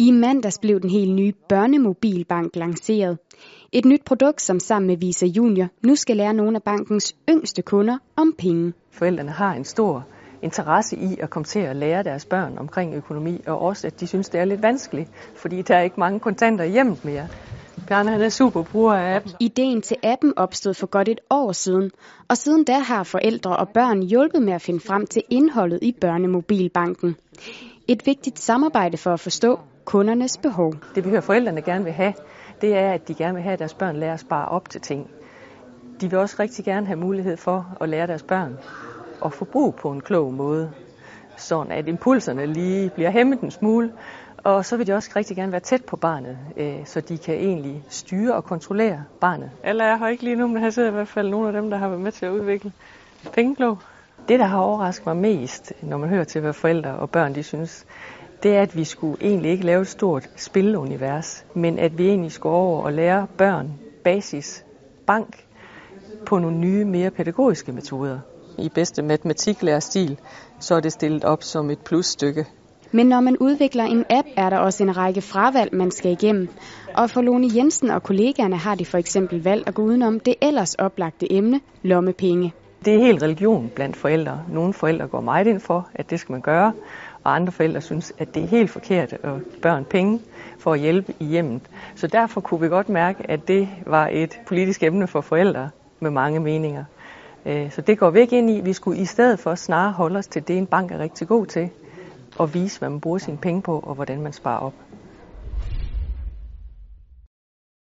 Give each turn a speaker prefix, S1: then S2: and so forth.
S1: I mandags blev den helt nye børnemobilbank lanceret. Et nyt produkt, som sammen med Visa Junior nu skal lære nogle af bankens yngste kunder om penge.
S2: Forældrene har en stor interesse i at komme til at lære deres børn omkring økonomi, og også at de synes, det er lidt vanskeligt, fordi der er ikke mange kontanter i hjemmet mere. Bjarne, han er super bruger af appen.
S1: Ideen til appen opstod for godt et år siden, og siden da har forældre og børn hjulpet med at finde frem til indholdet i børnemobilbanken. Et vigtigt samarbejde for at forstå kundernes behov.
S2: Det vi hører forældrene gerne vil have, det er, at de gerne vil have, at deres børn lærer at spare op til ting. De vil også rigtig gerne have mulighed for at lære deres børn at forbruge på en klog måde, sådan at impulserne lige bliver hæmmet en smule. Og så vil de også rigtig gerne være tæt på barnet, så de kan egentlig styre og kontrollere barnet.
S3: Eller jeg har ikke lige nu, men her sidder i hvert fald nogle af dem, der har været med til at udvikle pengeklog.
S2: Det, der har overrasket mig mest, når man hører til, hvad forældre og børn de synes, det er, at vi skulle egentlig ikke lave et stort spilunivers, men at vi egentlig skulle over og lære børn basis bank på nogle nye, mere pædagogiske metoder. I bedste matematiklærersstil, så er det stillet op som et plusstykke.
S1: Men når man udvikler en app, er der også en række fravalg, man skal igennem. Og for Lone Jensen og kollegaerne har de for eksempel valgt at gå udenom det ellers oplagte emne, lommepenge.
S2: Det er helt religion blandt forældre. Nogle forældre går meget ind for, at det skal man gøre, og andre forældre synes, at det er helt forkert at give børn penge for at hjælpe i hjemmet. Så derfor kunne vi godt mærke, at det var et politisk emne for forældre med mange meninger. Så det går vi ikke ind i. Vi skulle i stedet for snarere holde os til det, en bank er rigtig god til, og vise, hvad man bruger sine penge på, og hvordan man sparer op.